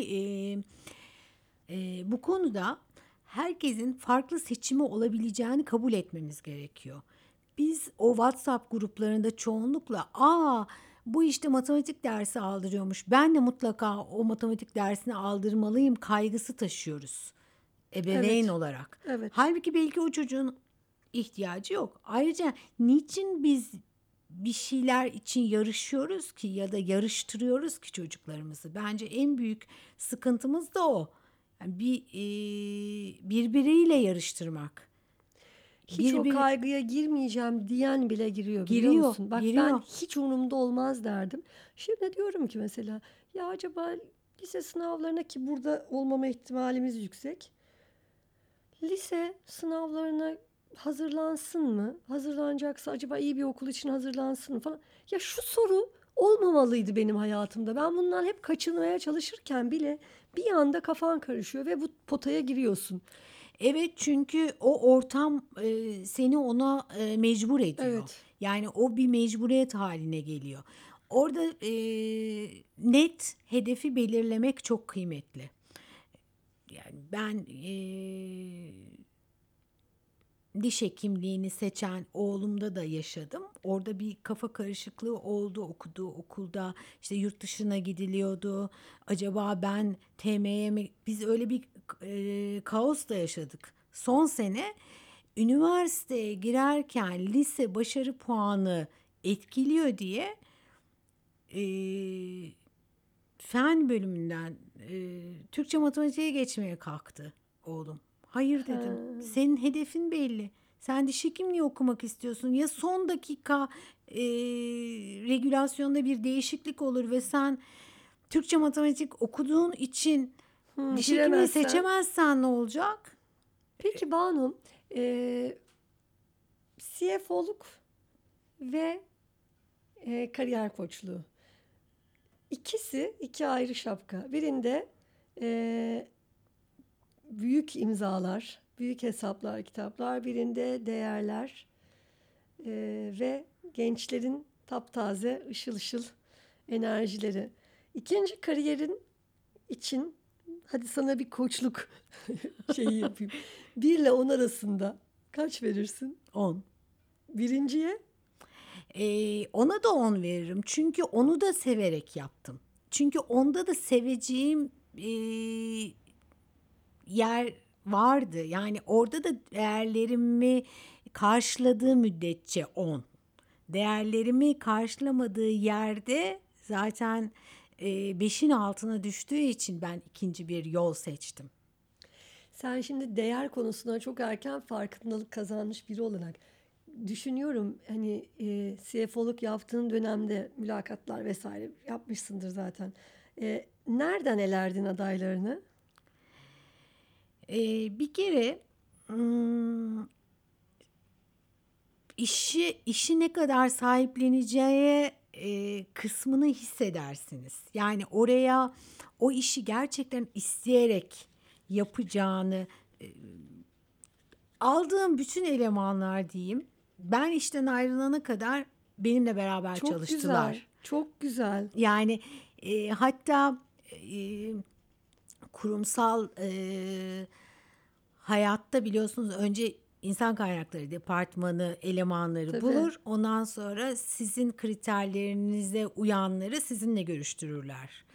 bu konuda herkesin farklı seçimi olabileceğini kabul etmemiz gerekiyor. Biz o WhatsApp gruplarında çoğunlukla bu işte matematik dersi aldırıyormuş. Ben de mutlaka o matematik dersini aldırmalıyım kaygısı taşıyoruz ebeveyn Evet, olarak. evet. Halbuki belki o çocuğun ihtiyacı yok. Ayrıca niçin biz bir şeyler için yarışıyoruz ki ya da yarıştırıyoruz ki çocuklarımızı? Bence en büyük sıkıntımız da o. Yani birbiriyle yarıştırmak. Hiç o Bir kaygıya girmeyeceğim diyen bile giriyor biliyor giriyor, musun? Bak ben giriyor. hiç umurumda olmaz derdim. Şimdi diyorum ki mesela ya acaba lise sınavlarına ki burada olmama ihtimalimiz yüksek. Lise sınavlarına hazırlansın mı? Hazırlanacaksa acaba iyi bir okul için hazırlansın mı falan. Ya şu soru olmamalıydı benim hayatımda. Ben bundan hep kaçınmaya çalışırken bile bir anda kafan karışıyor ve bu potaya giriyorsun. Evet, çünkü o ortam seni ona mecbur ediyor. Evet. Yani o bir mecburiyet haline geliyor. Orada net hedefi belirlemek çok kıymetli. Yani ben diş hekimliğini seçen oğlumda da yaşadım. Orada bir kafa karışıklığı oldu okuduğu okulda. İşte yurt dışına gidiliyordu. Acaba ben TM'ye mi? Biz öyle bir kaos da yaşadık. Son sene üniversiteye girerken lise başarı puanı etkiliyor diye e, fen bölümünden Türkçe matematiğe geçmeye kalktı oğlum. Hayır Ha. dedim. Senin hedefin belli. Sen diş hekimliği okumak istiyorsun. Ya son dakika regülasyonda bir değişiklik olur ve sen Türkçe matematik okuduğun için diş hekimliği Giremezsen. seçemezsen ne olacak? Peki Banu, CFO'luk ve kariyer koçluğu. İkisi iki ayrı şapka. Birinde e, büyük imzalar, büyük hesaplar, kitaplar. Birinde değerler ve gençlerin taptaze, ışıl ışıl enerjileri. İkinci kariyerin için hadi sana bir koçluk şeyi yapayım. 1 ile 10 arasında kaç verirsin? 10. Birinciye Ona da 10 veririm. Çünkü onu da severek yaptım. Çünkü onda da seveceğim yer vardı. Yani orada da değerlerimi karşıladığı müddetçe 10. Değerlerimi karşılamadığı yerde zaten 5'in altına düştüğü için ben ikinci bir yol seçtim. sen şimdi değer konusuna çok erken farkındalık kazanmış biri olarak düşünüyorum hani CFO'luk yaptığın dönemde mülakatlar vesaire yapmışsındır zaten. Nereden elerdin adaylarını? Bir kere hmm, işi ne kadar sahipleneceği kısmını hissedersiniz. Yani oraya o işi gerçekten isteyerek yapacağını aldığım bütün elemanlar diyeyim. Ben işten ayrılana kadar benimle beraber Çok güzel, çalıştılar. çok güzel. Yani hatta kurumsal hayatta biliyorsunuz önce insan kaynakları departmanı elemanları Tabii. bulur. Ondan sonra sizin kriterlerinize uyanları sizinle görüştürürler.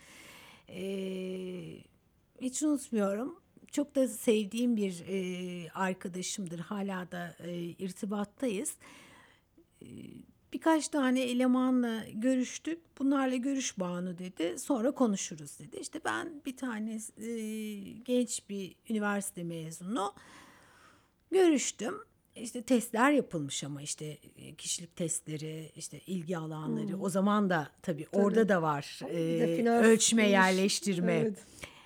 Hiç unutmuyorum. Çok da sevdiğim bir arkadaşımdır. Hala da irtibattayız. birkaç tane elemanla görüştük. Bunlarla görüş Banu dedi. Sonra konuşuruz dedi. İşte ben bir tane genç bir üniversite mezunu görüştüm. İşte testler yapılmış ama işte kişilik testleri, işte ilgi alanları. O zaman da tabii Tabii. orada da var Bir de finans ölçme, iş. yerleştirme. Evet.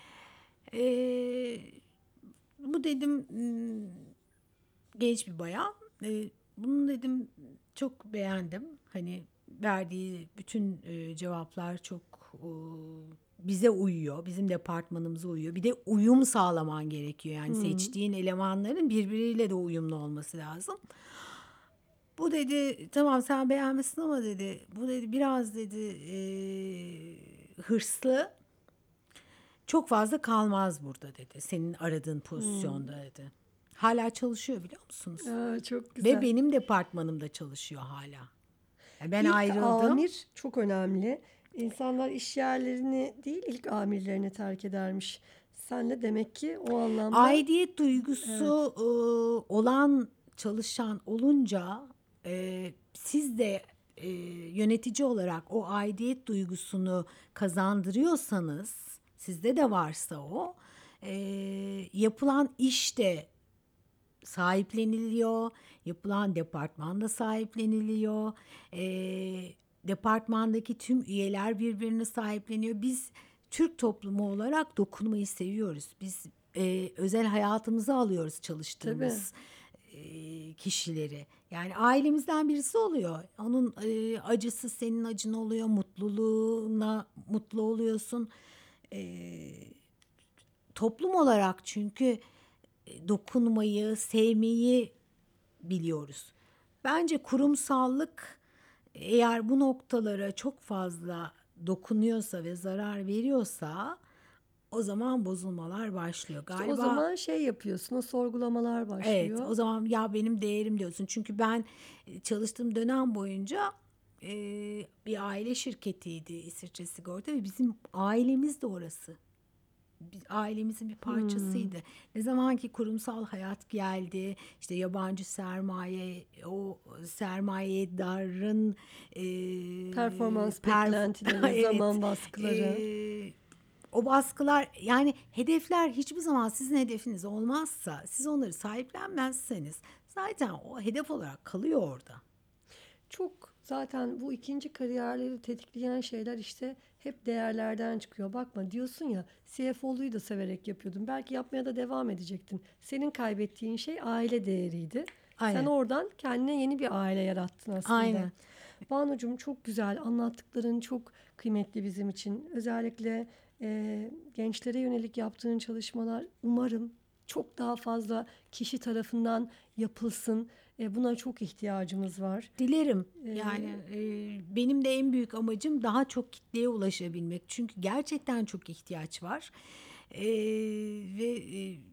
E, Bu dedim genç bir bayan. Bunu dedim çok beğendim. Hani verdiği bütün cevaplar çok bize uyuyor. Bizim departmanımıza uyuyor. Bir de uyum sağlaman gerekiyor. Yani seçtiğin elemanların birbiriyle de uyumlu olması lazım. Bu dedi tamam sen beğenmişsin ama dedi bu dedi biraz dedi hırslı. Çok fazla kalmaz burada dedi. Senin aradığın pozisyonda dedi. Hala çalışıyor biliyor musunuz? Çok Ve güzel. benim departmanımda çalışıyor hala. Yani ben İlk ayrıldım. amir çok önemli. İnsanlar iş yerlerini değil ilk amirlerini terk edermiş. Sen de demek ki o anlamda Aidiyet duygusu evet. olan çalışan olunca siz de yönetici olarak o aidiyet duygusunu kazandırıyorsanız sizde de varsa o yapılan iş de sahipleniliyor. Yapılan departman da sahipleniliyor. Departmandaki tüm üyeler birbirini sahipleniyor. Biz Türk toplumu olarak dokunmayı seviyoruz. Biz özel hayatımıza alıyoruz Tabii. çalıştığımız kişileri. Yani ailemizden birisi oluyor. Onun acısı senin acın oluyor. Mutluluğuna mutlu oluyorsun. Toplum olarak çünkü dokunmayı, sevmeyi biliyoruz. Bence kurumsallık eğer bu noktalara çok fazla dokunuyorsa ve zarar veriyorsa o zaman bozulmalar başlıyor. İşte o Galiba zaman şey yapıyorsun, o sorgulamalar evet başlıyor. o zaman ya benim değerim diyorsun. Çünkü ben çalıştığım dönem boyunca bir aile şirketiydi İsviçre Sigorta ve bizim ailemiz de orası. Biz ailemizin bir parçasıydı. Ne zaman ki kurumsal hayat geldi, işte yabancı sermaye, o sermayedarın Performans beklentileri, evet, zaman baskıları. o baskılar yani hedefler hiçbir zaman sizin hedefiniz olmazsa, siz onları sahiplenmezseniz zaten o hedef olarak kalıyor orada. Çok zaten bu ikinci kariyerleri tetikleyen şeyler işte hep değerlerden çıkıyor. Bakma diyorsun ya CFO'luyu da severek yapıyordum. Belki yapmaya da devam edecektin. Senin kaybettiğin şey aile değeriydi. Sen Aynen, oradan kendine yeni bir aile yarattın aslında. aynen. Banucuğum çok güzel anlattıkların çok kıymetli bizim için. Özellikle gençlere yönelik yaptığın çalışmalar umarım çok daha fazla kişi tarafından yapılsın. Buna çok ihtiyacımız var. Dilerim. E, Yani benim de en büyük amacım daha çok kitleye ulaşabilmek. Çünkü gerçekten çok ihtiyaç var. E, ve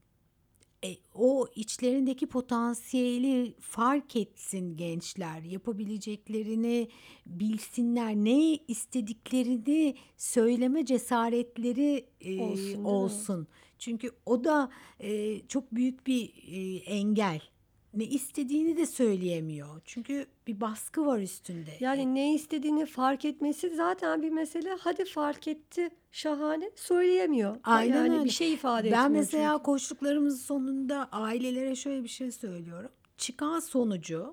o içlerindeki potansiyeli fark etsin gençler. Yapabileceklerini bilsinler. Ne istediklerini söyleme cesaretleri olsun değil mi? olsun. Çünkü o da çok büyük bir engel. Ne istediğini de söyleyemiyor. Çünkü bir baskı var üstünde. Yani ne istediğini fark etmesi zaten bir mesele. Hadi fark etti. Şahane. Söyleyemiyor. Aynen Yani bir öyle. şey ifade Ben etmiyor mesela çünkü. koçluklarımızın sonunda ailelere şöyle bir şey söylüyorum. Çıkan sonucu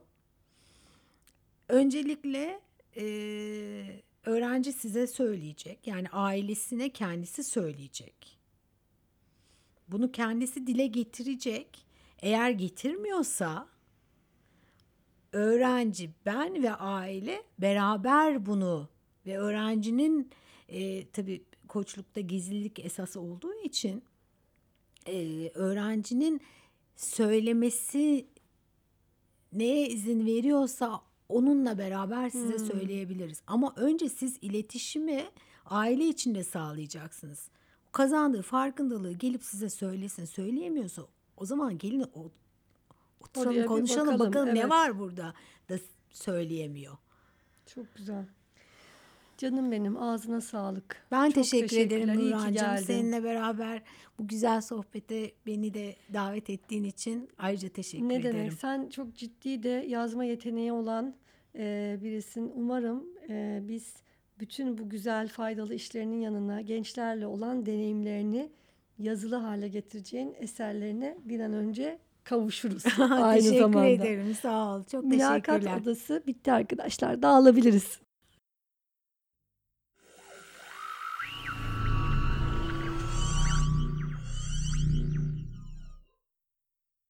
öncelikle öğrenci size söyleyecek. Yani ailesine kendisi söyleyecek. Bunu kendisi dile getirecek. Eğer getirmiyorsa öğrenci, ben ve aile beraber bunu ve öğrencinin tabii koçlukta gizlilik esası olduğu için öğrencinin söylemesi neye izin veriyorsa onunla beraber size söyleyebiliriz. Ama önce siz iletişimi aile içinde sağlayacaksınız. O kazandığı farkındalığı gelip size söylesin. Söyleyemiyorsa o zaman gelin oturalım Oraya bir konuşalım bakalım. bakalım ne Evet. var burada da söyleyemiyor. Çok güzel. Canım benim ağzına sağlık. Ben Çok teşekkür ederim teşekkürler. İyi ki Nurhancığım. geldin. Seninle beraber bu güzel sohbete beni de davet ettiğin için ayrıca teşekkür Ne demek? ederim. Sen çok ciddi de yazma yeteneği olan birisin. Umarım biz bütün bu güzel faydalı işlerinin yanına gençlerle olan deneyimlerini yazılı hale getireceğin eserlerine bir an önce kavuşuruz aynı Teşekkür zamanda. ederim. Sağ ol. Çok Mülakat teşekkürler. odası bitti arkadaşlar. Dağılabiliriz.